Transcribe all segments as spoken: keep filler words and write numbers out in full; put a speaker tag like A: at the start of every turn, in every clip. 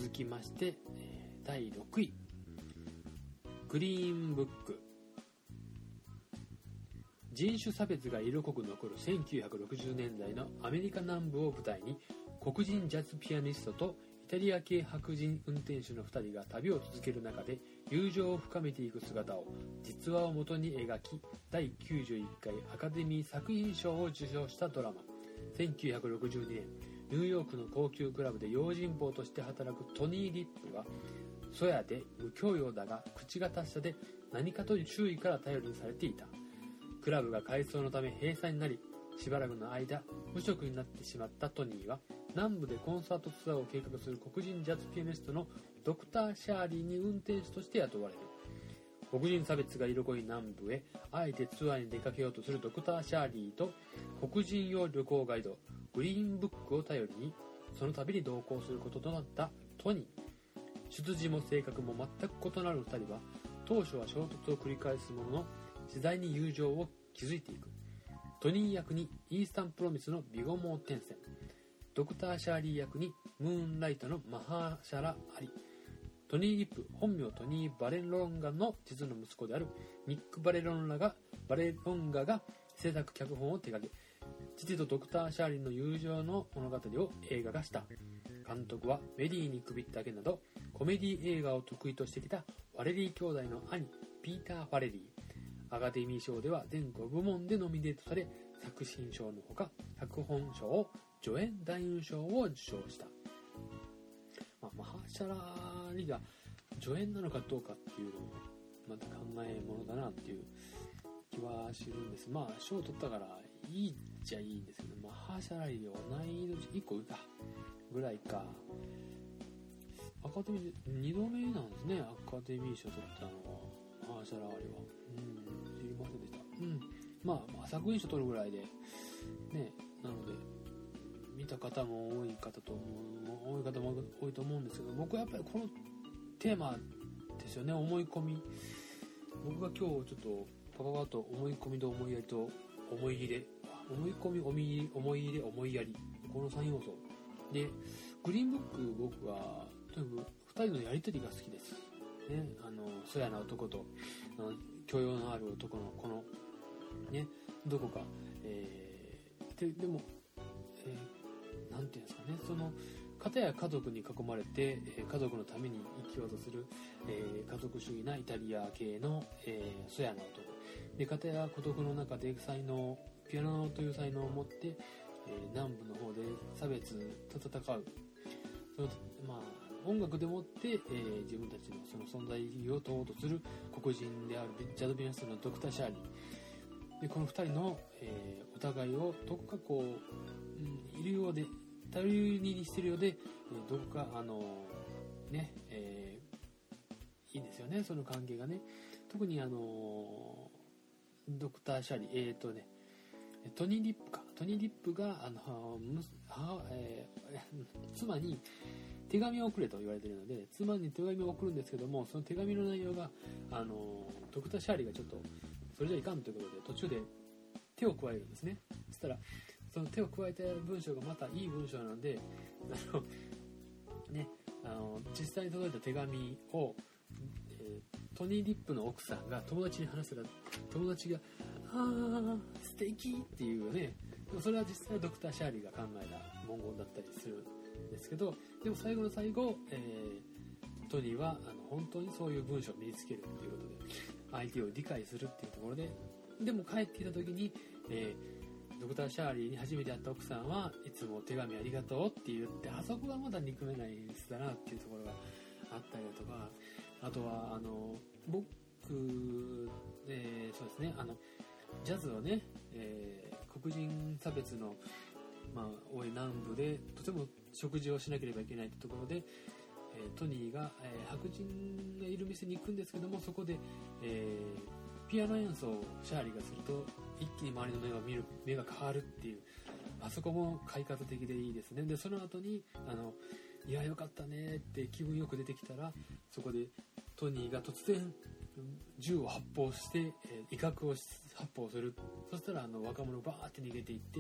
A: 続きまして、えー、だいろくい、グリーンブック。人種差別が色濃く残るせんきゅうひゃくろくじゅうねんだいのアメリカ南部を舞台に、黒人ジャズピアニストとイタリア系白人運転手のふたりが旅を続ける中で友情を深めていく姿を実話をもとに描き、だいきゅうじゅういっかいアカデミー作品賞を受賞したドラマ。せんきゅうひゃくろくじゅうにねん、ニューヨークの高級クラブで用心棒として働くトニー・リップが、そやで無教養だが口が達者で何かと周囲から頼りにされていた。クラブが改装のため閉鎖になり、しばらくの間無職になってしまったトニーは、南部でコンサートツアーを計画する黒人ジャズピアニストのドクター・シャーリーに運転手として雇われる。黒人差別が色濃い南部へあえてツアーに出かけようとするドクター・シャーリーと、黒人用旅行ガイドグリーンブックを頼りにその旅に同行することとなったトニー。出自も性格も全く異なるふたりは、当初は衝突を繰り返すものの次第に友情を築いていく。トニー役にイースタンプロミスのビゴモー転戦、ドクター・シャーリー役にムーンライトのマハーシャラ・アリ、トニー・リップ本名トニー・バレロンガの実の息子であるニック・バレロンガがバレロンガが制作脚本を手掛け、父とドクター・シャーリーの友情の物語を映画化した。監督はメリーに首ったけなどコメディ映画を得意としてきたファレリー兄弟の兄ピーター・ファレリー。アカデミー賞では全ごぶもんでノミネートされ、作品賞のほか脚本賞、助演男優賞を受賞した。まあ、マハーシャラーリが助演なのかどうかっていうのもまた考えものだなっていう気はするんです。まあ賞を取ったからいいっちゃいいんですけど、マハーシャラリーは同い年いっこ上かぐらいか。アカデミーにどめなんですね、アカデミー賞取ったのはマハーシャラリーは。うん、知りませんでした。うん、まあ、まあ、作品賞取るぐらいでね、なので見た方も多い方と思う多い方も多いと思うんですけど、僕はやっぱりこのテーマですよね、思い込み。僕が今日ちょっとパパパッと思い込みと思いやりと思い入れ、思い込み、思い思い入れ、思いやり、このさん要素で、グリーンブック、僕はとにかくふたりのやりとりが好きですね。あのそやな男とあの教養のある男のこのね、どこか、えー、で, でも、えー、なんていうんですかね、その片や家族に囲まれて、えー、家族のために生きようとする、えー、家族主義なイタリア系の、えー、そやな男で、片や孤独の中で才能、ピアノという才能を持って、えー、南部の方で差別と戦う、そのまあ音楽でもって、えー、自分たちのその存在意義を問おうとする黒人であるジャズピアニストのドクター・シャーリーで、このふたりの、えー、お互いをどこかこう、うん、いるようで頼りにしてるようで、えー、どこかあのー、ね、えー、いいですよね、その関係がね。特にあのー、ドクター・シャーリー、えーとねトニー・リップかトニー・リップがあの母、えー、妻に手紙を送れと言われているので、妻に手紙を送るんですけども、その手紙の内容があのドクター・シャーリーがちょっとそれじゃいかんということで途中で手を加えるんですね。そしたらその手を加えた文章がまたいい文章なので、あのね、あの実際に届いた手紙を、えー、トニー・リップの奥さんが友達に話したら、友達があー素敵っていうね、それは実際はドクター・シャーリーが考えた文言だったりするんですけど、でも最後の最後、えー、トニーはあの本当にそういう文章を身につけるっていうことで相手を理解するっていうところで、でも帰ってきた時に、えー、ドクター・シャーリーに初めて会った奥さんはいつも手紙ありがとうって言って、あそこがまだ憎めない人だなっていうところがあったりだとか、あとはあの僕、えー、そうですね、あのジャズをね、えー、黒人差別の、まあ、多い南部でとても食事をしなければいけないというところで、えー、トニーが、えー、白人がいる店に行くんですけども、そこで、えー、ピアノ演奏をシャーリーがすると一気に周りの目が見る目が変わるっていう、あそこも開花的でいいですね。でその後にあのいやよかったねって気分よく出てきたら、そこでトニーが突然銃を発砲して、えー、威嚇を発砲する。そしたらあの若者バーって逃げていって、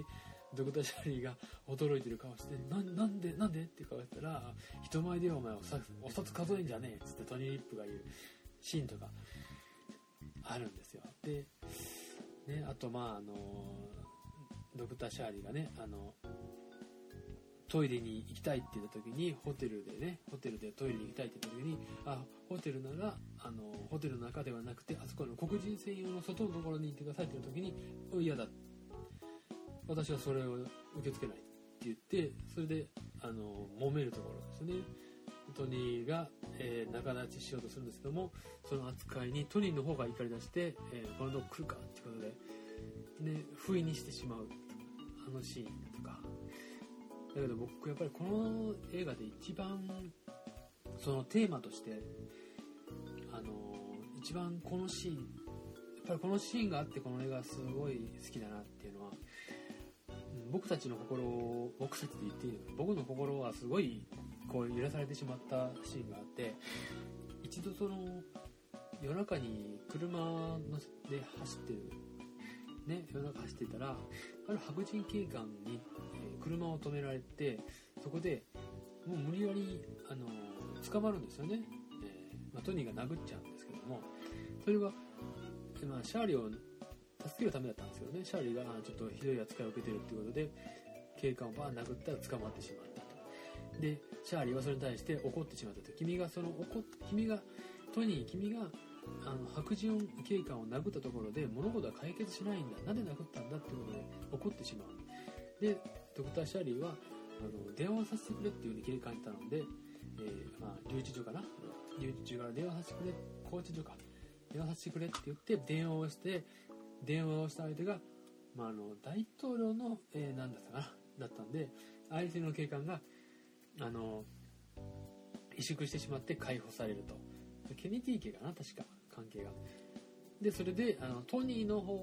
A: ドクター・シャーリーが驚いてる顔してな, なんでなんでって顔したら、人前でお前お札お札数えんじゃねえっつってトニー・リップが言うシーンとかあるんですよ。で、ね、あとまああのドクター・シャーリーがね、あのトイレに行きたいって言った時に、ホテルでねホテルでトイレに行きたいって言った時に、あホテルならあのホテルの中ではなくて、あそこの黒人専用の外のところに行ってくださいって言った時に、嫌だ、私はそれを受け付けないって言って、それであの揉めるところですね。トニーが、えー、仲立ちしようとするんですけども、その扱いにトニーの方が怒り出して、えー、このドッグ来るかってことで、ね、不意にしてしまうあのシーンとか。だけど僕やっぱりこの映画で一番そのテーマとして、あのー、一番このシーン、やっぱりこのシーンがあってこの映画すごい好きだなっていうのは、うん、僕たちの心を、僕たちで言っていいのか、僕の心はすごいこう揺らされてしまったシーンがあって、一度その夜中に車ので走ってるね、夜中走っていたら、ある白人警官に、えー、車を止められて、そこでもう無理やり、あのー、捕まるんですよね。えーまあ、トニーが殴っちゃうんですけども、それは、えーまあ、シャーリーを助けるためだったんですけどね、シャーリーがちょっとひどい扱いを受けてるっていうことで、警官をバーン殴ったら捕まってしまったと。で、シャーリーはそれに対して怒ってしまったと。君がその怒っ君がトニー君があの白人警官を殴ったところで物事は解決しないんだ、なんで殴ったんだっていうことで怒ってしまう。でドクター・シャーリーはあの電話させてくれっていう風に警官に頼んで、えーまあ、留置所かな留置所から電話させてくれ、拘置所か電話させてくれって言って電話をして電話をした相手が、まあ、あの大統領の、えー、なんだったかなだったんで、相手の警官があの萎縮してしまって解放されると。ケネディ家かな確か関係が。でそれであのトニーの方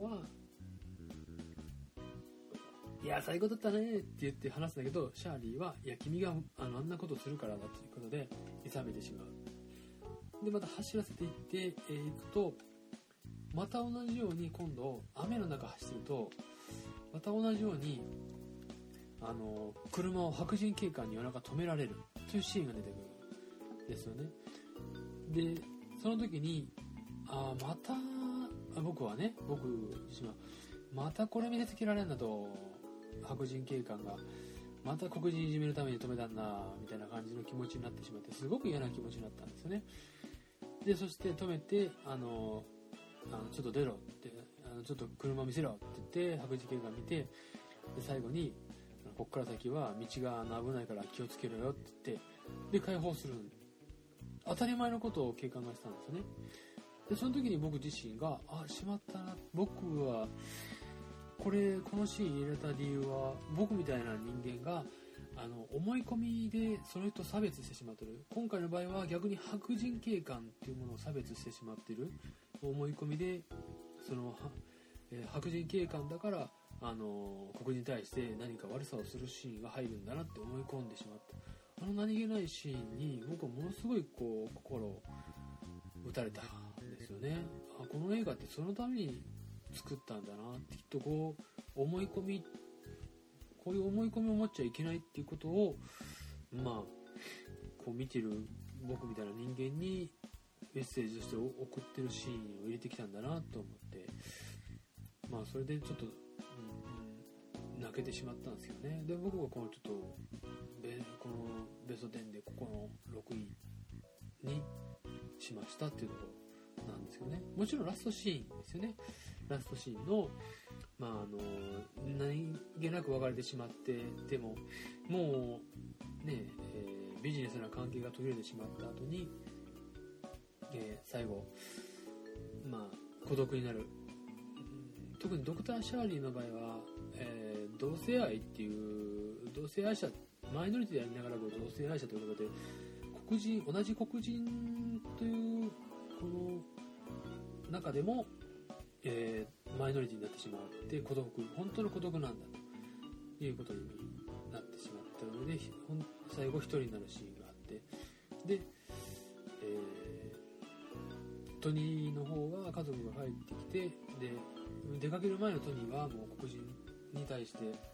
A: はいや最高だったねって言って話すんだけど、シャーリーはいや君があのあんなことするからだということで諌めてしまう。でまた走らせていってい、えー、くとまた同じように今度雨の中走ってるとまた同じようにあの車を白人警官に夜中止められるというシーンが出てくるんですよね。でその時にあまた僕はね僕自身はまたこれ見せつけられるんだと、白人警官がまた黒人いじめるために止めたんだみたいな感じの気持ちになってしまって、すごく嫌な気持ちになったんですよね。でそして止めてあのあのちょっと出ろってあのちょっと車見せろって言って白人警官見て、で最後にこっから先は道が危ないから気をつけろよって言ってで解放する。当たり前のことを警官がしたんですよね。でその時に僕自身があしまったな、僕はこれこのシーン入れた理由は僕みたいな人間があの思い込みでその人を差別してしまっている。今回の場合は逆に白人警官っていうものを差別してしまっている思い込みで、その、えー、白人警官だからあの黒人に対して何か悪さをするシーンが入るんだなって思い込んでしまった。あの何気ないシーンに僕はものすごいこう心を打たれたんですよね。あこの映画ってそのために作ったんだなって、きっとこう思い込みこういう思い込みを持っちゃいけないっていうことをまあこう見てる僕みたいな人間にメッセージとして送ってるシーンを入れてきたんだなと思って、まあそれでちょっと、うん、泣けてしまったんですよね。で僕はこのちょっとこのベストテンでここのろくいにしましたっていうところなんですよね。もちろんラストシーンですよね。ラストシーンのまああの何気なく別れてしまってでももうね、えー、ビジネスな関係が途切れてしまった後に、えー、最後まあ孤独になる。特にドクター・シャーリーの場合は、えー、同性愛っていう同性愛者マイノリティでありながら同性愛者ということで黒人同じ黒人というこの中でも、えー、マイノリティになってしまって孤独本当の孤独なんだということになってしまったので最後一人になるシーンがあってで、えー、トニーの方が家族が帰ってきてで出かける前のトニーはもう黒人に対してあの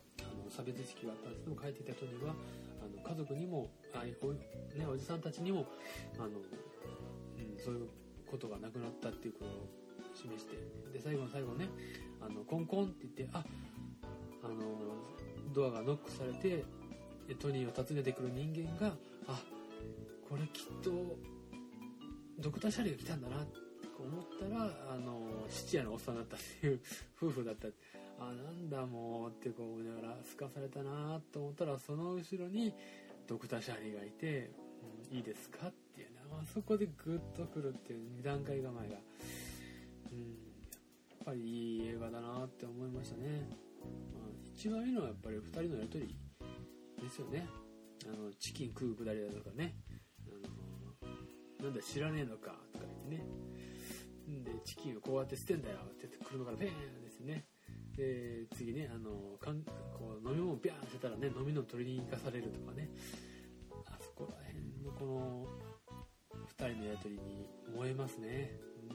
A: 差別意識があったんですけど、帰ってきたトニーはあの家族にもあお、ね、おじさんたちにもあの、うん、そういうことがなくなったっていうことを示して、で最後の最後ね、あのコンコンって言って、ああのドアがノックされてトニーを訪ねてくる人間が、あこれきっとドクター・シャリが来たんだなと思ったら、あの質屋のおっさんだったっていう夫婦だった。あなんだもうってこう思いながらすかされたなと思ったら、その後ろにドクター・シャリがいて、うん、いいですかっていうね、あそこでグッとくるっていうに段階構えが、うん、やっぱりいい映画だなって思いましたね。まあ、一番いいのはやっぱりふたりのやりとりですよね。あのチキン食うくだりだとかね、あのなんだ知らねえのかとか言ってね、でチキンをこうやって捨てんだよって言って車からペーンですね。で次ね、あのかんこう飲み物ビャーンしてたらね、飲み物取りに行かされるとかね、あそこら辺のこのふたりのやりとりに燃えますね。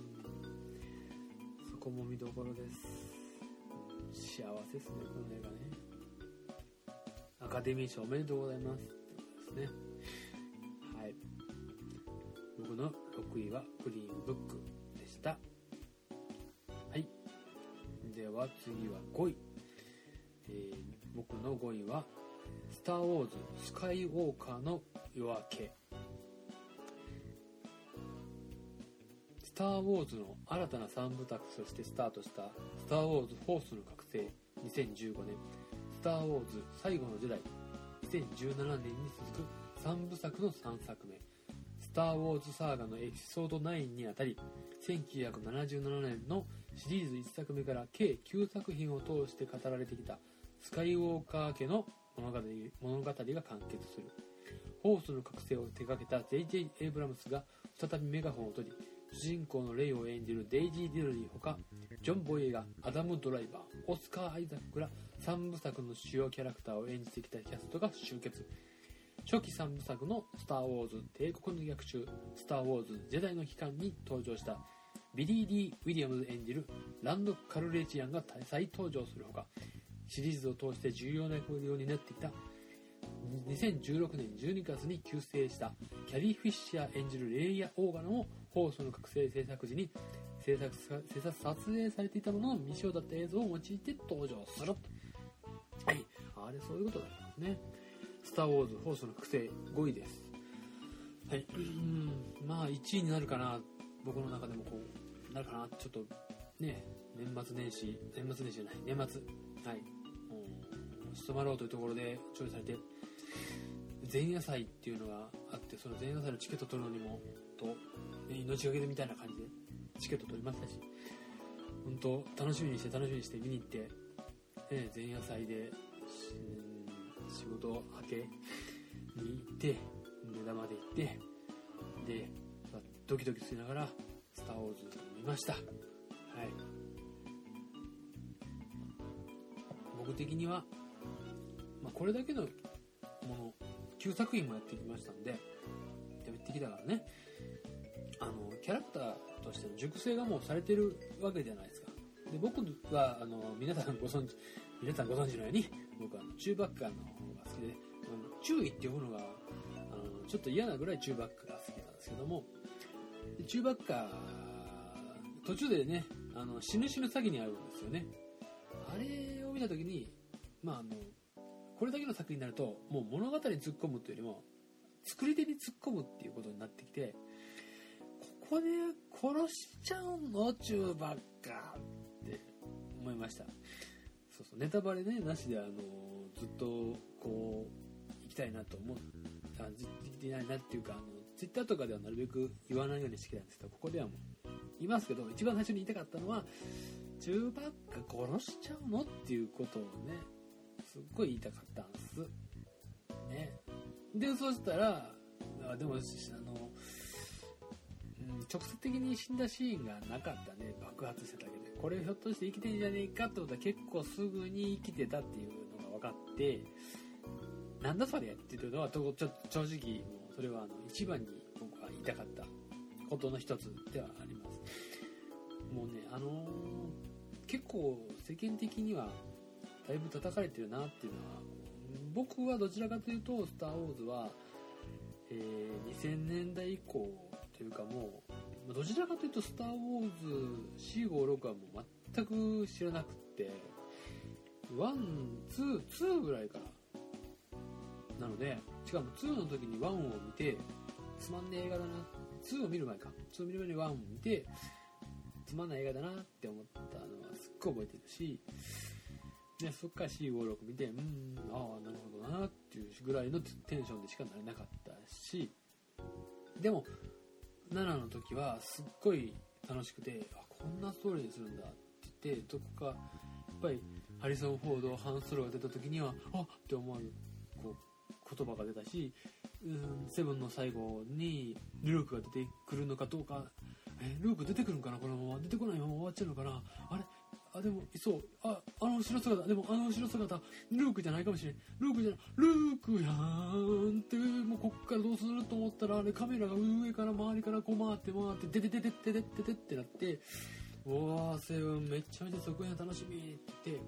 A: うん、そこも見どころです。うん、幸せですね、この映画ね。アカデミー賞おめでとうございますってことですね。はい、僕のろくいはグリーンブックでした。はい、では次はごい、えー、僕のごいはスターウォーズスカイウォーカーの夜明け。スターウォーズの新たな三部作としてスタートしたスターウォーズフォースの覚醒にせんじゅうごねん、スターウォーズ最後のジェダイにせんじゅうななねんに続くさんぶさくのさんさくめ、スターウォーズサーガのエピソードナインにあたり、せんきゅうひゃくななじゅうななねんのシリーズいっさくめから計きゅうさく品を通して語られてきたスカイウォーカー家の物語、物語が完結する。フォースの覚醒を手掛けた ジェイジェイ エイブラムスが再びメガホンを取り、主人公のレイを演じるデイジー・ディロリーほか、ジョン・ボイエがアダム・ドライバー、オスカー・アイザックらさんぶさくの主要キャラクターを演じてきたキャストが集結。初期さんぶさくのスター・ウォーズ帝国の逆襲、スター・ウォーズジェダイの期間に登場したビリー・ディ・ウィリアムズ演じるランド・カルレーチアンが再登場するほか、シリーズを通して重要な役割を担ってきたにせんじゅうろくねんじゅうにがつに急逝したキャリー・フィッシャー演じるレイヤ・オーガナもフォースの覚醒制作時に制作制作撮影されていたものの未使用だった映像を用いて登場する。はい、あれそういうことだったんですね。スター・ウォーズフォースの覚醒ごいです。はい、うん、まあいちいになるかな、僕の中でもこうなるかな、ちょっとね、年末年始年末年始じゃない年末、はい、務まろうというところでチョイスされて、前夜祭っていうのがあって、その前夜祭のチケット取るのにもと、ね、命がけでみたいな感じでチケット取りましたし、本当楽しみにして楽しみにして見に行って、ね、前夜祭で、うん、仕事明けに行って目玉で行ってでドキドキしながらスターウォーズ見ました。はい、僕的には、まあ、これだけのものきゅうさく品もやってきましたんで、やってきたからね、あのキャラクターとしての熟成がもうされてるわけじゃないですか。で僕はあの皆さんご存知皆さんご存知のように、僕はあのチューバッカーの方が好きで、あのチューイって呼ぶのがあのちょっと嫌なぐらいチューバッカーが好きなんですけども、でチューバッカー途中でね、あの死ぬ死ぬ詐欺に遭うんですよね。あれを見た時に、まああのこれだけの作品になると、もう物語に突っ込むというよりも作り手に突っ込むっていうことになってきて、ここで殺しちゃうのチューバッカーって思いました。そうそう、ネタバレねなしで、あのずっとこう行きたいなと思う、あずっと行きたいなっていうか、あのツイッターとかではなるべく言わないようにしてきたんですけど、ここではもう言いますけど、一番最初に言いたかったのは、チューバッカー殺しちゃうのっていうことをね、すっごい言いたかったんですね。でそしたら、あでもあの、うん、直接的に死んだシーンがなかったね。爆発してただけで、これひょっとして生きてんじゃねえかってことは結構すぐに生きてたっていうのが分かって、なんだそれっていうのはちょっと正直もうそれはあの一番に僕は言いたかったことの一つではあります。もうね、あのー、結構世間的にはだいぶ叩かれてるなっていうのは、僕はどちらかというとスター・ウォーズは、えー、にせんねんだい以降というか、もうどちらかというとスター・ウォーズよん、ご、ろくはもう全く知らなくて、ワン、ツー、ツーぐらいからなので、しかもツーの時にワンを見てつまんねえ映画だな、ツーを見る前かツーを見る前にワンを見てつまんない映画だなって思ったのはすっごい覚えてるし、でそっからよん、ご、ろく見て、うーん、ああなるほどなっていうぐらいのテンションでしかなれなかったし、でもななの時はすっごい楽しくて、あこんなストーリーにするんだって言って、どこかやっぱりハリソン・フォード、ハン・ソロが出た時にはあっって思うこう言葉が出たし、うん、セブンの最後にルークが出てくるのかどうか、えルーク出てくるんかな、このまま出てこないまま終わっちゃうのかな、あれあでもそうああの後ろ姿、でもあの後ろ姿ルークじゃないかもしれん、ルークじゃないルークやーんって、もうこっからどうすると思ったら、あれカメラが上から周りからこう回って回ってデデデデデデデデってなって、うわーセブンめちゃめちゃ続編楽しみって言って、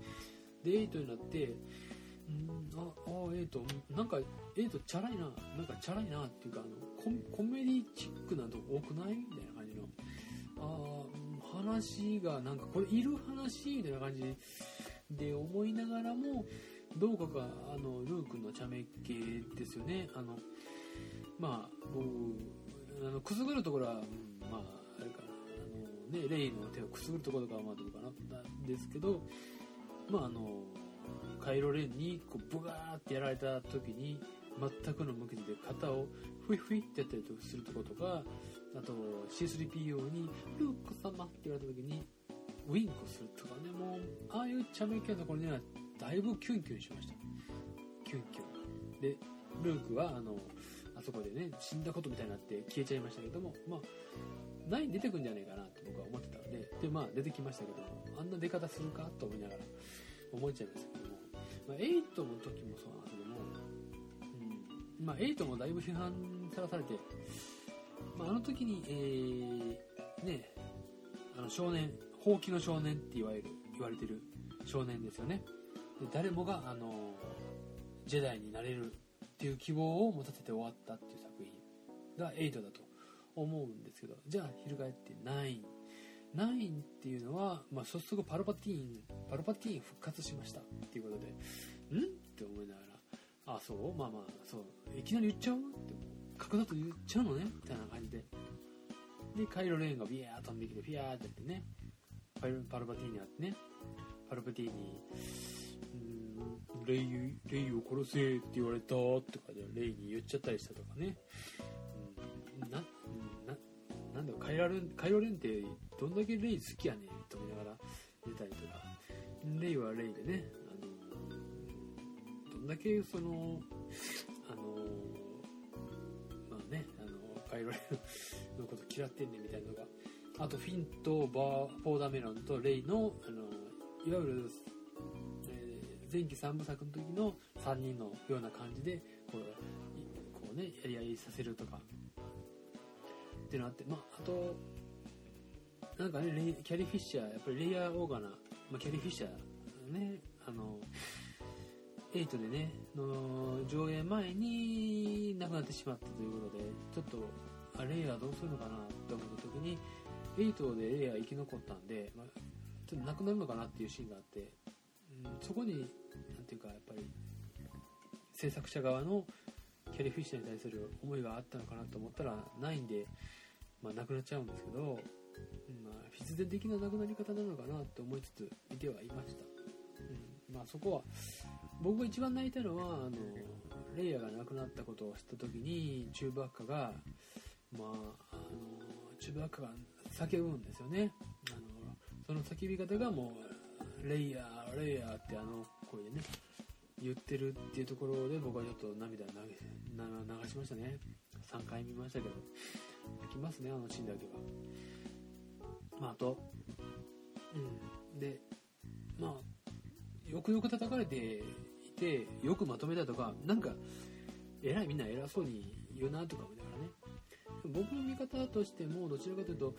A: でエイトになって、うんああエイトなんかエイトチャラいな、なんかチャラいなっていうか、あの コ, コメディチックなとこ多くないみたいな感じの、あ話がなんかこれいる話みたいな感じで思いながらも、どうかがあのルークの茶目系ですよね。あのまあ僕あのくすぐるところは、うん、まああれかな、あのねレイの手をくすぐるところがまあどうかななんですけど、まああのカイロレンにこうブガーってやられた時に全くの無傷で肩をフイフイってやったりするところとか、あと シースリーピーオー にルーク様って言われた時にウィンクするとかね、もうああいう茶目系のところにはだいぶキュンキュンしました。キュンキュンでルークはあのあそこでね死んだことみたいになって消えちゃいましたけども、まあナイン出てくんじゃないかなって僕は思ってたので、でまあ出てきましたけども、あんな出方するかと思いながら思っちゃいましたけども、まあ、エイトの時もそうなんですけども、うん、まあエイトもだいぶ批判さらされて、まあ、あの時に、えー、ね、あの少年、ほうきの少年って言われる、言われてる少年ですよね。で誰もが、あのジェダイになれるっていう希望を持たせて終わったっていう作品がエイトだと思うんですけど、じゃあ翻ってナイン。ナインっていうのは、まあ、早速パルパティーン、パルパティーン復活しましたっていうことで、んって思いながら、あ、そうまあまあ、そう、いきなり言っちゃうって、角だと言っちゃうのねみたいな感じで。で、カイロレーンがビヤー飛んできて、ピヤーってやってね、パルパルパティーンにあってね、パルパティーンに、うーん、レイ、レイを殺せって言われたとかで、レイに言っちゃったりしたとかね。うん、な、な、なんだろう、カイロレン、カイロレンってどんだけレイ好きやねんと思いながら出たりとか、レイはレイでね、あのどんだけその、あのまあね、あのカイロレンのこと嫌ってんねんみたいなのが、あとフィンとバー、ポーダメロンとレイの、あのいわゆる、えー、前期三部作の時のさんにんのような感じでこう、こうね、やり合いさせるとかっていうのがあって、まあ、あとなんかね、レイキャリー・フィッシャー、やっぱりレイヤー・オーガナ、まあ、キャリー・フィッシャーね、あのエイトでねの上映前に亡くなってしまったということで、ちょっとあレイヤーどうするのかなって思った時に、エイトでレイヤー生き残ったんで、まあ、ちょっと亡くなるのかなっていうシーンがあって、うん、そこになんていうかやっぱり制作者側のキャリー・フィッシャーに対する思いがあったのかなと思ったらないんで、まあ、亡くなっちゃうんですけど、まあ、必然的な亡くなり方なのかなと思いつつ見てはいました。うん、まあそこは僕が一番泣いたのは、あのレイヤーが亡くなったことを知った時にチューバッカが、まあ、あのチューバッカが叫ぶんですよね。あのその叫び方がもうレイヤーレイヤーってあの声でね言ってるっていうところで、僕はちょっと涙を流しましたね。さんかい見ましたけど泣きますね、あのシーンだけは。まあ、あと、うん、で、まあよくよく叩かれていてよくまとめたとか、なんか偉いみんな偉そうに言うなとか思いながらね、僕の見方としてもどちらかというと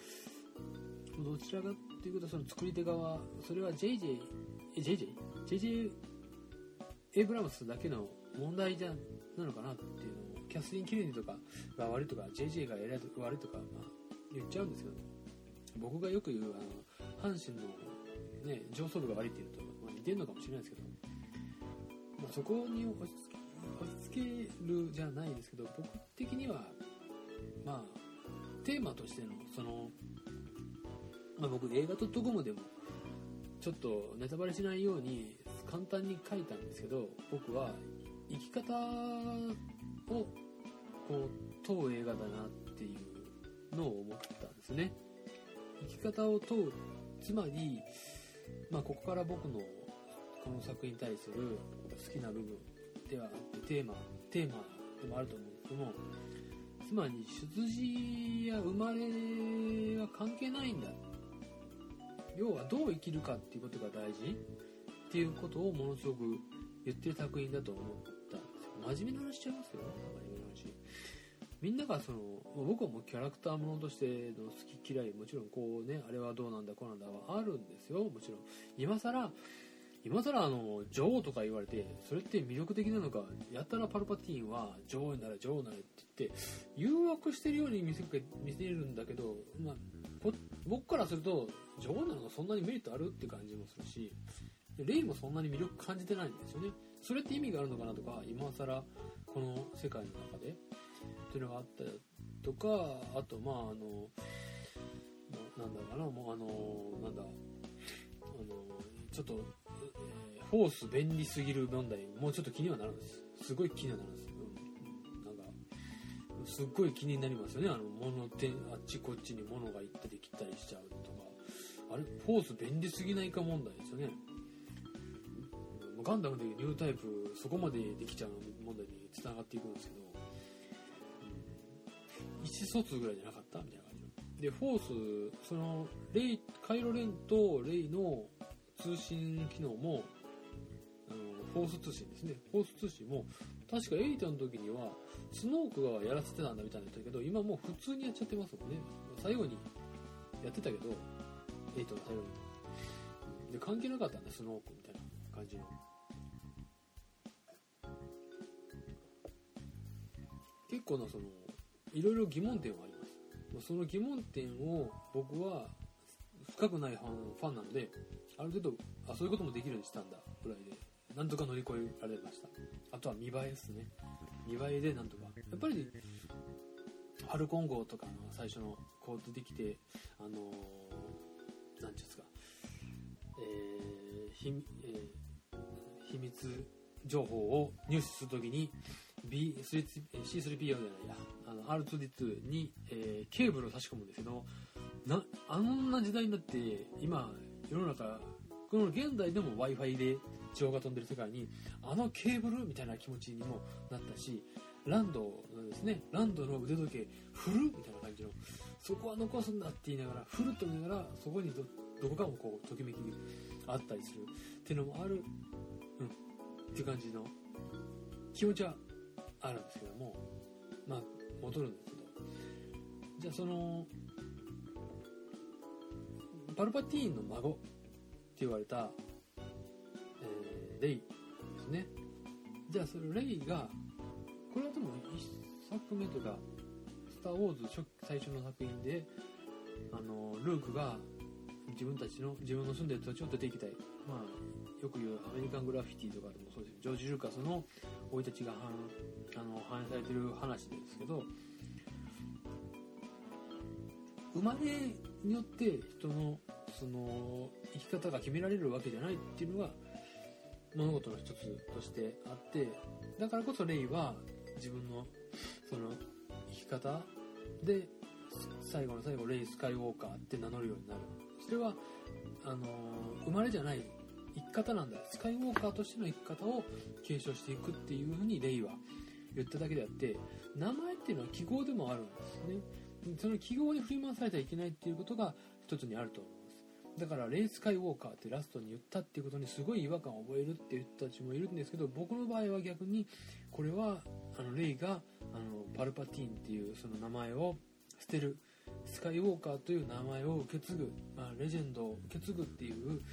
A: どちらかというとその作り手側、それは ジェイジェイ ジェイジェイ ジェイジェイエイブラムスだけの問題じゃなのかなっていうのをキャスリン・ケネディとかが悪いとか ジェイジェー が偉いと悪いとか、まあ、言っちゃうんですけど、僕がよく言うあの阪神の、ね、上層部が悪いっていうと、まあ、似てるのかもしれないですけど、まあ、そこに押し付け、押し付けるじゃないですけど、僕的にはまあテーマとしてのその、まあ、僕映画 .com でもちょっとネタバレしないように簡単に書いたんですけど、僕は生き方をこう問う映画だなっていうのを思ったんですね。生き方を問う、つまり、まあ、ここから僕のこの作品に対する好きな部分ではあってテーマテーマでもあると思うんですけども、つまり出自や生まれは関係ないんだ、要はどう生きるかっていうことが大事っていうことをものすごく言ってる作品だと思ったんですよ。真面目な話しちゃいますよ、真面目な話。みんながその僕はもうキャラクターものとしての好き嫌い、もちろんこうね、あれはどうなんだこうなんだはあるんですよ。もちろん今更今更あの女王とか言われてそれって魅力的なのか、やたらパルパティーンは女王になれ女王になれって言って誘惑してるように見せ見せるんだけど、まあ、こ僕からすると女王なのがそんなにメリットあるって感じもするし、レイもそんなに魅力感じてないんですよね。それって意味があるのかなとか、今更この世界の中でっていうのがあったりとか、あとまああのなんだろうな、もうあのなんだあのちょっと、えー、フォース便利すぎる問題もうちょっと気にはなるんです。すごい気にはなるんです。うん、なんかすっごい気になりますよね。あの物ってあっちこっちに物が行ったり来たりしちゃうとか、あれフォース便利すぎないか問題ですよね。ガンダムでニュータイプそこまでできちゃう問題につながっていくんですけど、うん、意思疎通ぐらいじゃなかったみたいな感じで、フォースそのレイカイロレンとレイの通信機能もあのフォース通信ですね。フォース通信も確かエイトの時にはスノークがやらせてたんだみたいな言ったけど、今もう普通にやっちゃってますもんね。最後にやってたけどエイトの最後にで関係なかったんだスノークみたいな感じの。結構なそのいろいろ疑問点はあります。その疑問点を僕は深くないファン、ファンなので、ある程度あそういうこともできるようにしたんだぐらいでなんとか乗り越えられました。あとは見栄えですね。見栄えでなんとかやっぱりハルコン号とかの最初のこう出てきてあのー、なんていうんですか、えーひえー、秘密情報を入手するときに ビースリーシースリーピーオー じゃないやあの アールツーディーツー に、えー、ケーブルを差し込むんですけど、なあんな時代になって今世の中この現代でも Wi-Fi で情報が飛んでる世界にあのケーブルみたいな気持ちにもなったし、ランドのですねランドの腕時計振るみたいな感じの、そこは残すんだって言いながら振ると言いながらそこに ど, どこかもこうときめきあったりするっていうのもある、うん、っていう感じの気持ちはあるんですけども、まあ戻るんですけど、じゃあそのパルパティーンの孫って言われた、えー、レイですね。じゃあそのレイがこれはでも一作目というかスター・ウォーズ初最初の作品であのルークが自分たちの自分の住んでる土地を出ていきたい、まあよく言うアメリカングラフィティとかでもそうです。ジョージ・ルーカスの生い立ちが反あの反映されてる話ですけど、生まれによって人のその生き方が決められるわけじゃないっていうのが物事の一つとしてあって、だからこそレイは自分のその生き方で最後の最後レイ・スカイウォーカーって名乗るようになる。それはあの生まれじゃない生き方なんだ、スカイウォーカーとしての生き方を継承していくっていうふうにレイは言っただけであって、名前っていうのは記号でもあるんですよね。その記号に振り回されてはいけないっていうことが一つにあると思います。だからレイ・スカイウォーカーってラストに言ったっていうことにすごい違和感を覚えるっていう人たちもいるんですけど、僕の場合は逆にこれはあのレイがあのパルパティーンっていうその名前を捨てる、スカイウォーカーという名前を受け継ぐ、まあ、レジェンドを受け継ぐっていう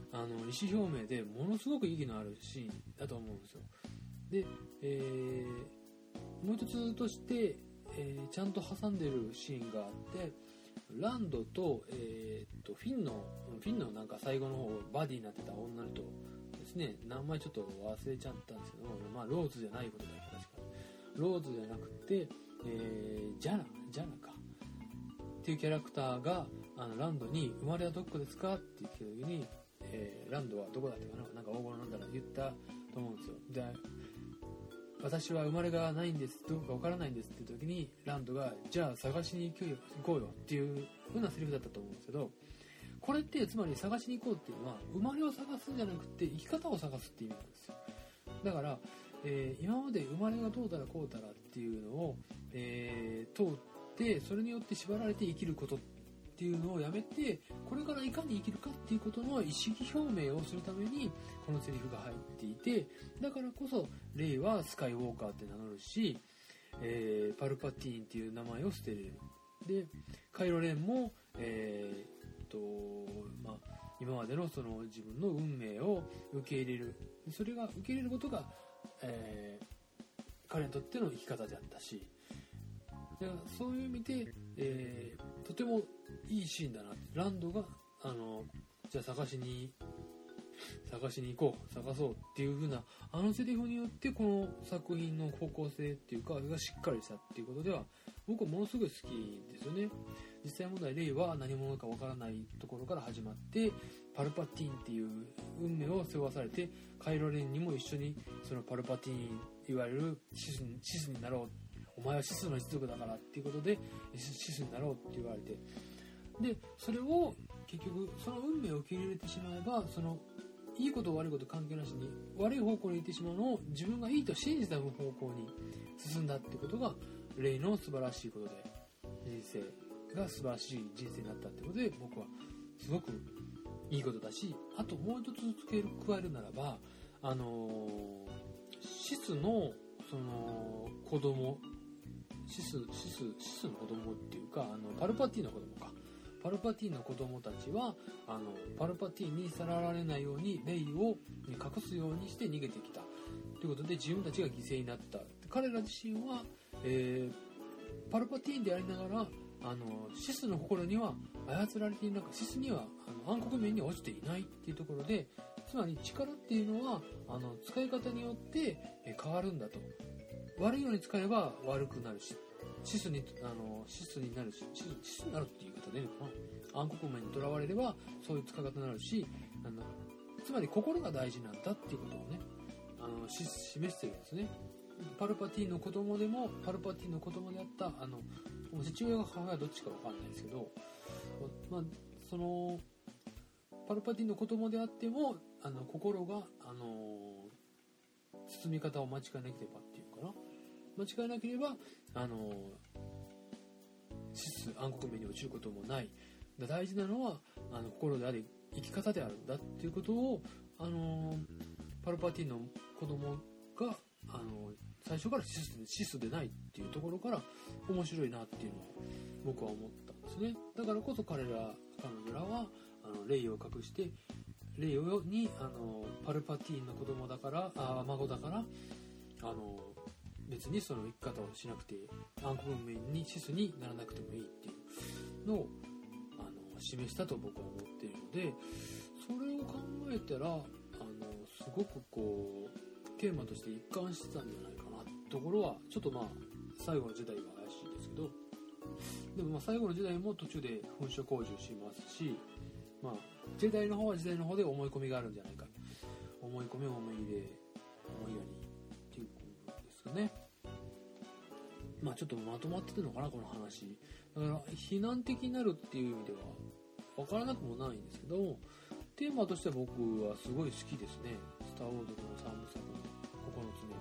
A: あの意思表明でものすごく意義のあるシーンだと思うんですよ。で、えー、もう一つとして、えー、ちゃんと挟んでるシーンがあって、ランドと、えー、っとフィンのフィンのなんか最後の方バディになってた女の人ですね、名前ちょっと忘れちゃったんですけど、まあローズじゃないことだけど、確かローズじゃなくて、えー、ジャナジャナかっていうキャラクターがあのランドに生まれはどこですかって言ってた時に、えー、ランドはどこだったかな、なんか大物なんだら言ったと思うんですよ。で、私は生まれがないんです、どうかわからないんですって時にランドがじゃあ探しに行こうよっていう風なセリフだったと思うんですけど、これってつまり探しに行こうっていうのは生まれを探すんじゃなくて生き方を探すっていう意味なんですよ。だから、えー、今まで生まれがどうたらこうたらっていうのを、えー、通ってそれによって縛られて生きることっていうのをやめて、これからいかに生きるかっていうことの意思表明をするためにこのセリフが入っていて、だからこそレイはスカイウォーカーって名乗るし、えー、パルパティーンっていう名前を捨てれる。でカイロレンも、えー、っとまあ今までのその自分の運命を受け入れる、それが受け入れることが、えー、彼にとっての生き方であったし、そういう意味で、えー、とてもいいシーンだな。ランドがあのじゃあ探しに探しに行こう探そうっていう風なあのセリフによってこの作品の方向性っていうかがしっかりしたっていうことでは僕はものすごい好きですよね。実際問題レイは何者かわからないところから始まってパルパティーンっていう運命を背負わされて、カイロレンにも一緒にそのパルパティーンいわゆるシスに、シスになろう、お前はシスの一族だからっていうことでシスになろうって言われて、でそれを結局その運命を受け入れてしまえば、そのいいこと悪いこと関係なしに悪い方向に行ってしまうのを自分がいいと信じた方向に進んだってことがレイの素晴らしいことで、人生が素晴らしい人生になったってことで僕はすごくいいことだし、あともう一つ付け加えるならば、あのー、シスのその子供シスシスシスの子供っていうか、あのパルパティの子供かパルパティの子供たちはあのパルパティにさらわれないようにレイを隠すようにして逃げてきたということで自分たちが犠牲になった。彼ら自身は、えー、パルパティでありながらあのシスの心には操られていなく、シスにはあの暗黒面に落ちていないっていうところで、つまり力っていうのはあの使い方によって変わるんだと。悪いように使えば悪くなるし、シスにあのシスになるし、シス、シスになるっていう言い方でいいのかな、暗黒面にとらわれればそういう使い方になるし、あのつまり心が大事なんだっていうことをね、あのし示してるんですね。パルパティの子供でもパルパティの子供であったあの父親が母親どっちかわかんないですけど、まあ、そのパルパティの子供であってもあの心があの包み方を間違えなければっていうかな、間違えなければあのシス暗黒面に落ちることもない。大事なのはあの心であり生き方であるんだっていうことをあのパルパティの子供があの最初からシスで、シスでないっていうところから面白いなっていうのを僕は思ったんですね。だからこそ彼ら彼女らはあのレイを隠してレイにあのパルパティの子供だからあ孫だからあの別にその生き方をしなくて暗黒面にシスにならなくてもいいっていうのをあの示したと僕は思っているので、それを考えたらあのすごくこうテーマとして一貫してたんじゃないかなところはちょっとまあ最後の時代は怪しいですけど、でもまあ最後の時代も途中で噴射工事しますし、まあ時代の方は時代の方で思い込みがあるんじゃないか、思い込み思い入れ思いやりっていうことですかね。まあちょっとまとまってるのかなこの話だから、非難的になるっていう意味では分からなくもないんですけど、テーマとしては僕はすごい好きですね。スター・ウォーズのさんぶさくのここのつ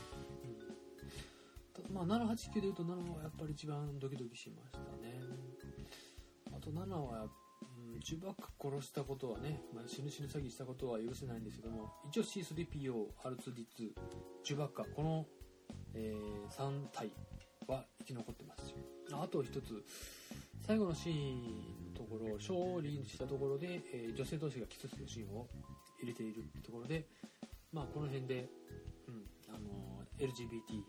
A: 目、うん、まあななはちきゅうでいうとななはやっぱり一番ドキドキしましたね。あとななは、うん、チュバック殺したことはね、まあ、死ぬ死ぬ詐欺したことは許せないんですけども、一応 シースリーピーオー、アールツーディーツー、チュバッカこの、えー、さん体は生き残ってますし、あと一つ最後のシーンのとところ、勝利したところで、えー、女性同士がキスするシーンを入れているってところで、まあこの辺で、うん、あの エルジービーティー、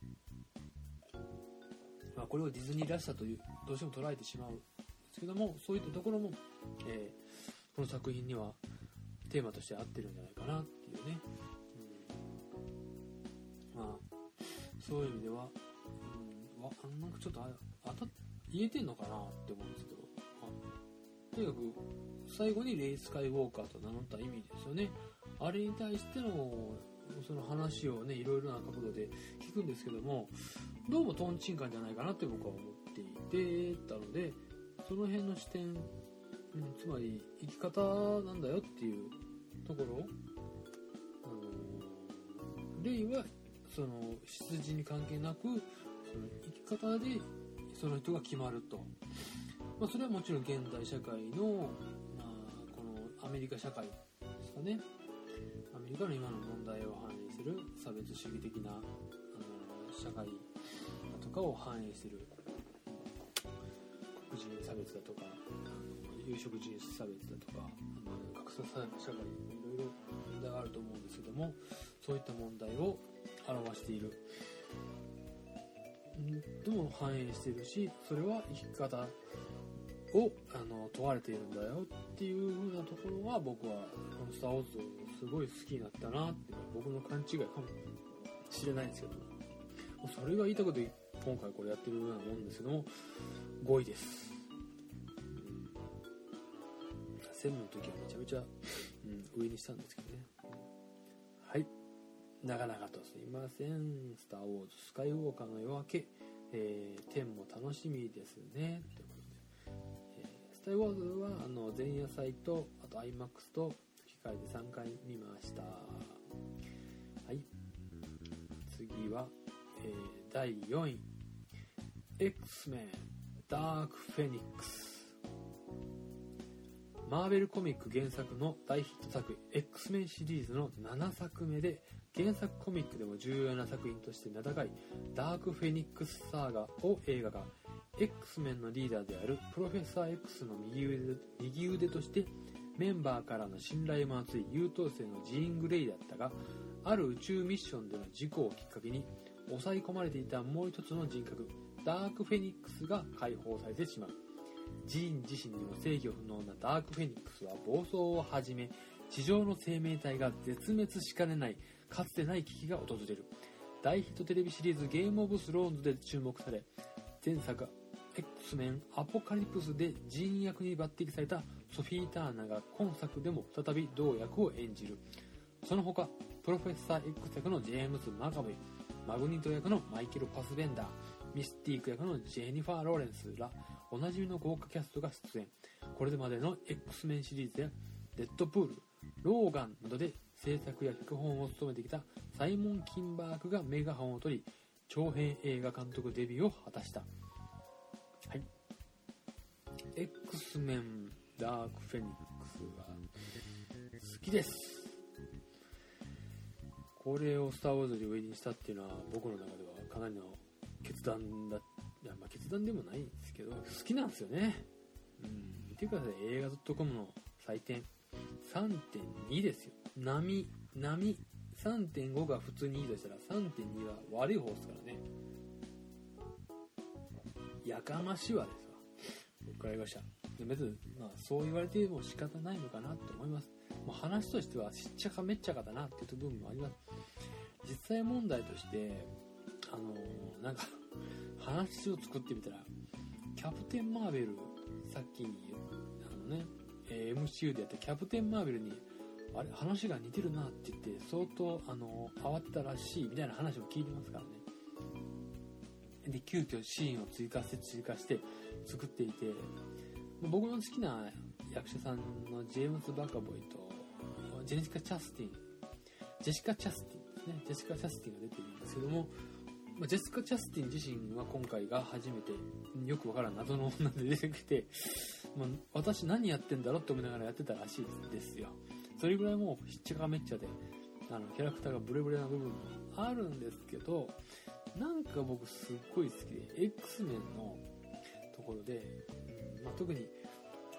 A: まあ、これをディズニーらしさというどうしても捉えてしまうんですけども、そういったところも、えー、この作品にはテーマとして合ってるんじゃないかなっていうね、うん、まあそういう意味では、うん、わなんかちょっとああた言えてんのかなって思うんですけど、まあ、とにかく最後にレイ・スカイウォーカーと名乗った意味ですよね。あれに対してのその話をね、いろいろな角度で聞くんですけども、どうもトンチンカンじゃないかなって僕は思っていてたので、その辺の視点、うん、つまり生き方なんだよっていうところ、あのレイはその出自に関係なくその生き方でその人が決まると、まあ、それはもちろん現代社会の、まあ、このアメリカ社会ですかね。アメリカの今の問題を反映する差別主義的なあの社会だとかを反映する黒人差別だとか、あの有色人種差別だとか、あの格差社会にいろいろ問題があると思うんですけども、そういった問題を表しているとも反映しているし、それは生き方をあの問われているんだよっていう風なところは、僕はこのスターウォーズをすごい好きになったなっていうのは僕の勘違いかもしれないんですけども、それが言いたくて今回これやってるようなもんですけども、ごいです。セブンの時はめちゃめちゃ、うん、上にしたんですけどね。はい、長々とすいません。スターウォーズスカイウォーカーの夜明け、えー、テンも楽しみですねということで、えー、スターウォーズはあの前夜祭とあと アイマックス と吹き替えでさんかい見ました。はい、次は、えー、だいよんい X メンダークフェニックス。マーベルコミック原作の大ヒット作 X メンシリーズのななさくめで、原作コミックでも重要な作品として名高いダークフェニックスサーガを映画化。 X メンのリーダーであるプロフェッサー X の右腕、右腕としてメンバーからの信頼も厚い優等生のジーン・グレイだったが、ある宇宙ミッションでの事故をきっかけに抑え込まれていたもう一つの人格ダークフェニックスが解放されてしまう。ジーン自身にも制御不能なダークフェニックスは暴走を始め、地上の生命体が絶滅しかねないかつてない危機が訪れる。大ヒットテレビシリーズゲームオブスローンズで注目され、前作 X メンアポカリプスでジーン役に抜擢されたソフィー・ターナが今作でも再び同役を演じる。その他プロフェッサー X 役のジェームズ・マカボイ、マグニート役のマイケル・パスベンダー、ミスティーク役のジェニファー・ローレンスらおなじみの豪華キャストが出演。これまでの X メンシリーズやデッドプール、ローガンなどで制作や脚本を務めてきたサイモン・キンバーグがメガホンを取り、長編映画監督デビューを果たした。はい、 X メンダークフェニックスは好きです。これをスターウォーズに上にしたっていうのは僕の中ではかなりの決断だ。いや、まあ決断でもないんですけど、好きなんですよね。うん、見てください。映画 .com の採点 さんてんに ですよ。波波 さんてんご が普通にいいとしたら さんてんに は悪い方ですからね。やかましわですわ。僕から言いました。で別に、まあ、そう言われても仕方ないのかなと思います。もう話としてはしっちゃかめっちゃかだなっていう部分もあります。実際問題としてあのー、なんか話を作ってみたら、キャプテンマーベル、さっきあのね、えー、エムシーユー でやったキャプテンマーベルにあれ話が似てるなって言って相当あの慌てたらしいみたいな話も聞いてますからね。で急遽シーンを追加して追加して作っていて、僕の好きな役者さんのジェームズ・バカボイとジェシカ・チャスティンジェシカ・チャスティンですねジェシカ・チャスティンが出ているんですけども、ジェシカ・チャスティン自身は今回が初めてよくわからん謎の女で出てきて、まあ、私何やってんだろうって思いながらやってたらしいですよ。それぐらいもうひっちゃかめっちゃであのキャラクターがブレブレな部分もあるんですけど、なんか僕すっごい好きで X メンのところで、うんまあ、特に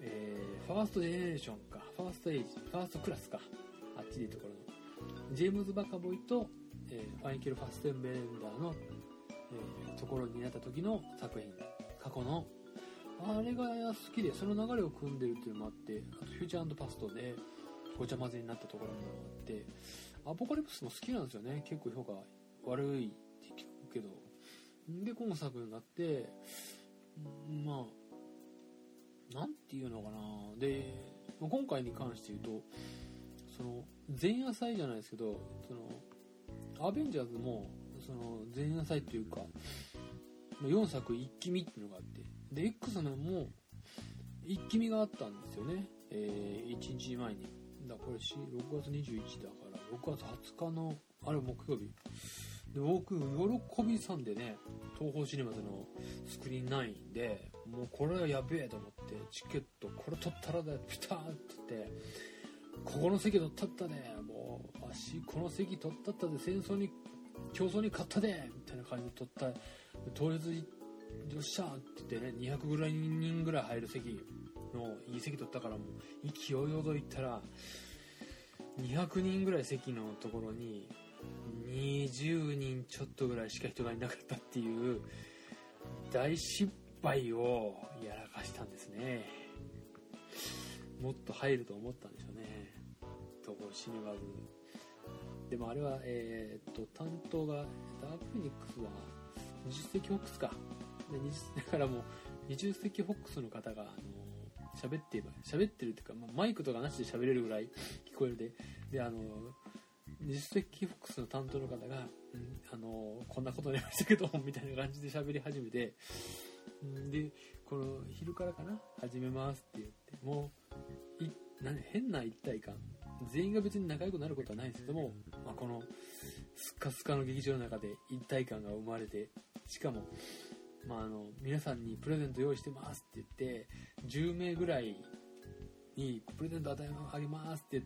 A: えー、ファーストジェネレーションか、ファーストエイジ、ファーストクラスか、あっちでいうところのジェームズ・バカボイと、えー、マイケル・ファステンベレンダーの、えー、ところになった時の作品、過去のあれが好きで、その流れを組んでるっていうのもあって、あとフューチャー&パストでごちゃ混ぜになったところもあって、アポカリプスも好きなんですよね。結構評価悪いって聞くけど、で今作になって、まあなんていうのかな、で今回に関して言うと、その前夜祭じゃないですけど、そのアベンジャーズもその前夜祭っていうかよんさく一気見っていうのがあって、で X メンも一気見があったんですよね、えー、いちにちまえに。だからこれろくがつにじゅういちだからろくがつはつかのあれ木曜日で、僕喜びさんでね、東宝シネマズのスクリーンナインでもうこれはやべえと思って、チケットこれ取ったらだよピターって言って、ここの席取ったったね、もう足この席取ったったで、戦争に競争に勝ったでみたいな感じで取った、当日よっしゃーって言ってね、にひゃくぐらい人ぐらい入る席のいい席取ったから、もう勢いよどいったらにひゃくにんぐらい席のところににじゅうにんちょっとぐらいしか人がいなかったっていう大失敗をやらかしたんですね。もっと入ると思ったんでしょうね、東宝シネマズ。でもあれはえー、っと担当がダークフェニックスはにじゅっせきホックスかで、にじゅうだからもうにじゅっせきホックスの方があの喋って喋ってるっていうか、まあ、マイクとかなしで喋れるぐらい聞こえるで、であのにじゅっせきホックスの担当の方が、うん、あのこんなことになりましたけどみたいな感じで喋り始めて、でこの昼からかな始めますって言って、もうい何変な一体感、全員が別に仲良くなることはないんですけども、まあ、このスカスカの劇場の中で一体感が生まれて、しかも、まあ、あの皆さんにプレゼント用意してますって言ってじゅうめいぐらいにプレゼント与えあげますって言って、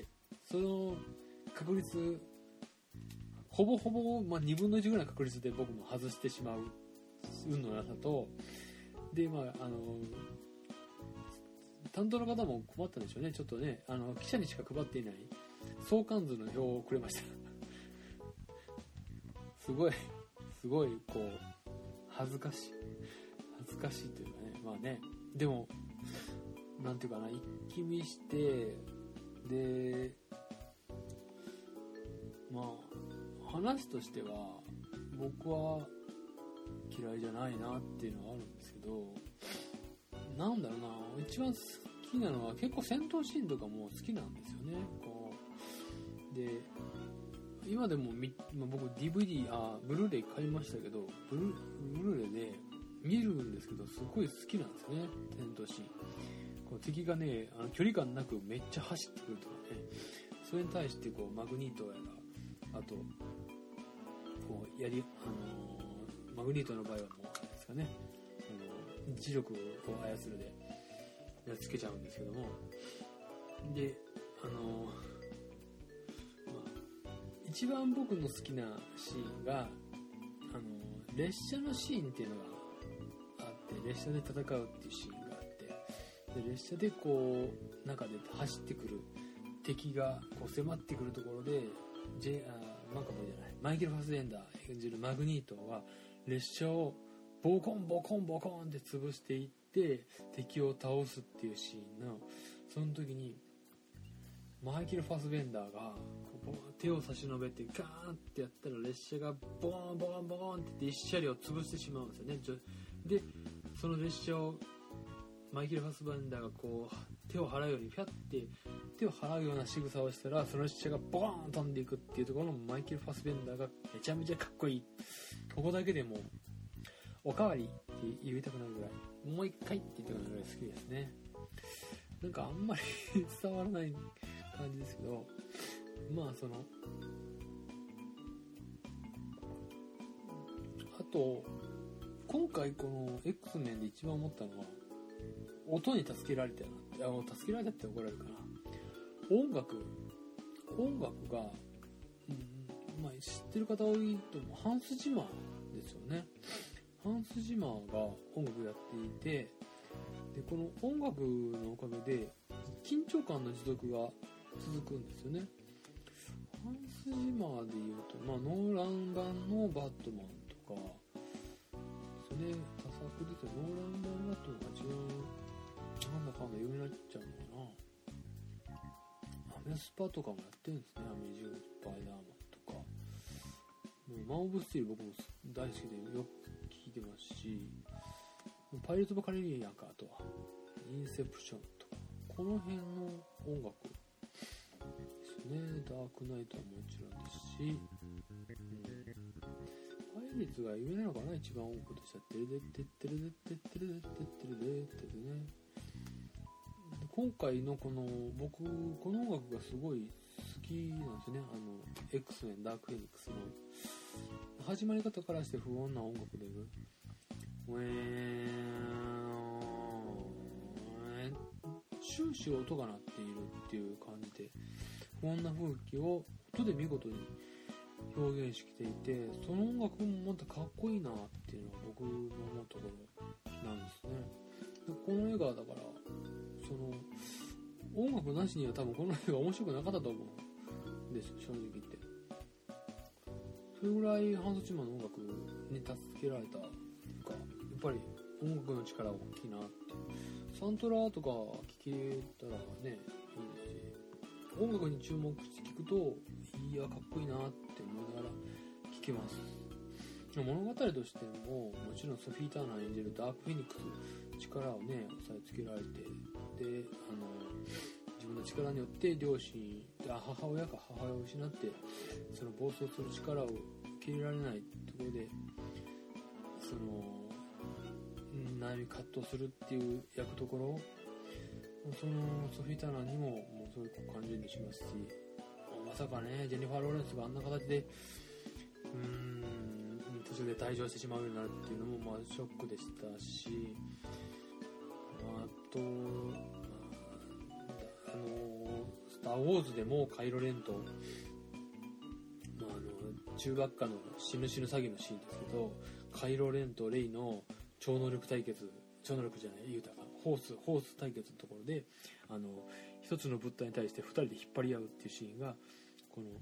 A: その確率ほぼほぼ、まあ、にぶんのいちぐらいの確率で僕も外してしまう運のなさと、でまああの担当の方も困ったんでしょうね。ちょっとね、あの記者にしか配っていない相関図の表をくれましたすごいすごいこう恥ずかしい恥ずかしいというかね、まあね、でもなんていうかな、一気見してでまあ話としては僕は嫌いじゃないなっていうのはあるんですけど、なんだろうな、一番好きなのは結構戦闘シーンとかも好きなんですよね。こうで今でもみ、まあ、僕 ディーブイディー あブルーレイ買いましたけど、ブルブルーレイで見るんですけどすごい好きなんですよね。戦闘シーン、こう敵がねあの距離感なくめっちゃ走ってくるとかね、それに対してこうマグニートやら、あとこうやり、あのー、マグニートの場合はもうあれですかね、あの磁力をこう操るでやっつけちゃうんですけども、であのー一番僕の好きなシーンが、あの列車のシーンっていうのがあって、列車で戦うっていうシーンがあって、で列車でこう中で走ってくる敵がこう迫ってくるところで、ジェあマンカボイじゃないマイケル・ファスベンダー演じるマグニートは列車をボコンボコンボコンって潰していって敵を倒すっていうシーンの、その時にマイケル・ファスベンダーが手を差し伸べてガーンってやったら列車がボーンボーンボーンって言って一車両潰してしまうんですよね。でその列車をマイケル・ファスベンダーがこう手を払うようにピャッて手を払うような仕草をしたら、その列車がボーン飛んでいくっていうところのマイケル・ファスベンダーがめちゃめちゃかっこいい。ここだけでもおかわりって言いたくなるぐらい、もう一回って言いたくなるぐらい好きですね。なんかあんまり伝わらない感じですけど、まあそのあと今回この X メンで一番思ったのは音に助けられたなって、あの助けられたって怒られるかな、音楽音楽が、うん、まあ知ってる方多いと思う、ハンス・ジマーですよね。ハンス・ジマーが音楽やっていて、 でこの音楽のおかげで緊張感の持続が続くんですよね。ハンス・ジマーでいうと、まあ、ノーラン版のバットマンとかそれ多作ですよ。ノーラン版バットマンが違うなんだかんだ有名になっちゃうのかな。アメスパとかもやってるんですね。アメージング・スパイダーマンとか。もうマン・オブ・スティール僕も大好きでよく聴いてますし、パイレーツ・オブ・カリビアンか、あとはインセプションとかこの辺の音楽ですね。ダークナイトはもちろんですし、うん、パイレーツが有名なのかな、一番音楽としてはテレデテテレデテテレデテテレデってね。今回のこの僕この音楽がすごい好きなんですよね。あの X メンダークフェニックスの始まり方からして不穏な音楽でウェーン終始音が鳴っているっていう感じで不穏な風景を音で見事に表現していて、その音楽もまたかっこいいなっていうのが僕の思うところなんですね。でこの映画だからその音楽なしには多分この映画面白くなかったと思うんですよ、正直言って。それぐらいハンス・チマーの音楽に助けられたっていうか、やっぱり音楽の力は大きいなって。サントラとか聴けたらねいいですし、音楽に注目して聴くといやかっこいいなって思いながら聴けます。物語としてももちろんソフィー・ターナー演じるダークフェニックス力をね押さえつけられて、であの自分の力によって両親あ母親か母親を失ってその暴走する力を受け入れられないところでその悩み葛藤するっていう役どころ、そのソフィー・ターナーにももうそういう感じにしますし、まさかねジェニファー・ローレンスがあんな形でうーん途中で退場してしまうようになるっていうのもまあショックでしたし、あとあのスター・ウォーズでもカイロ・レンと、まあ、あの中学科の死ぬ死ぬ詐欺のシーンですけど、カイロ・レンとレイの超能力対決超能力じゃない言うたかホースホース対決のところであの一つの物体に対してふたりで引っ張り合うっていうシーンがこの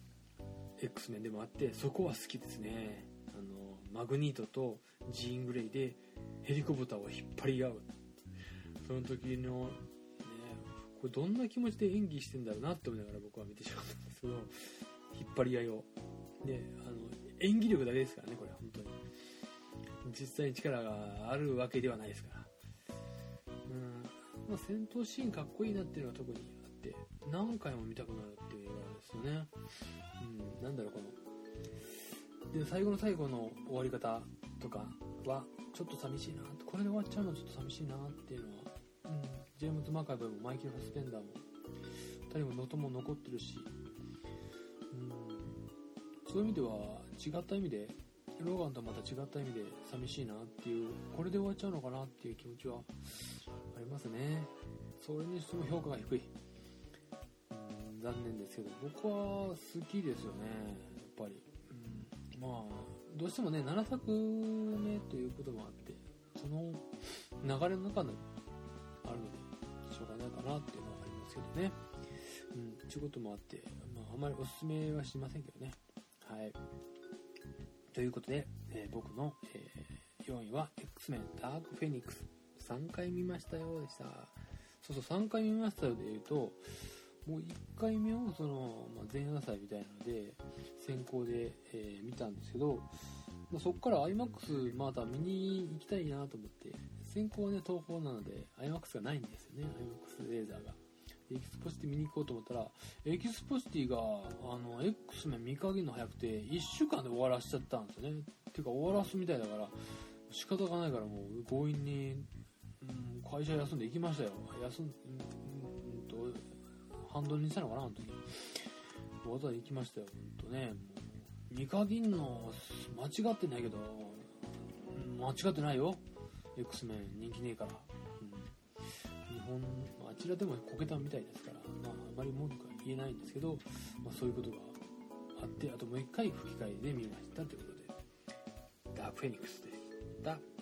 A: X メンでもあって、そこは好きですね。あのマグニートとジーン・グレイでヘリコプターを引っ張り合う、その時の、ね、これどんな気持ちで演技してんだろうなって思いながら僕は見てしまったんですけど、引っ張り合いをであの演技力だけですからね、これ本当に実際に力があるわけではないですから、うんまあ、戦闘シーンかっこいいなっていうのが特にあって何回も見たくなるっていう映画ですよね。うん、なんだろうこので最後の最後の終わり方とかはちょっと寂しいな、これで終わっちゃうのはちょっと寂しいなっていうのは、うん、ジェームズ・マーカイブもマイケル・ファスペンダーもふたりも音も残ってるし、うん、そういう意味では違った意味でローガンとはまた違った意味で寂しいなっていう、これで終わっちゃうのかなっていう気持ちはありますね。それにしても評価が低い、うん、残念ですけど僕は好きですよねやっぱり。まあどうしてもねななさくめということもあってその流れの中にあるのでしょうがないかなっていうのはありますけどね、うん、ということもあって、まあ、あまりおすすめはしませんけどね。はいということで、えー、僕の、えー、よんいは X メンダークフェニックスさんかい見ましたよでした。そうそうさんかい見ましたよで言うともういっかいめをその、まあ、前夜祭みたいなので先行で、えー、見たんですけど、まあ、そこから アイマックス また見に行きたいなと思って先行はね東宝なので アイマックス がないんですよね。 アイマックス レーザーがエキスポシティ見に行こうと思ったらエキスポシティがあの X メン見かけるの早くていっしゅうかんで終わらしちゃったんですよね。っていうか終わらすみたいだから仕方がないからもう強引に、うん、会社休んで行きましたよ。休ん、うん、うんとハンドルにしたのかなあの時わざわざ行きましたよ。ほんとねもう見かけんの間違ってないけど間違ってないよ X メン人気ねえから、うん、日本あちらでもこけたみたいですから、まあ、あまり文句は言えないんですけど、まあ、そういうことがあってあともう一回吹き替えで見ましたということでダークフェニックスでした。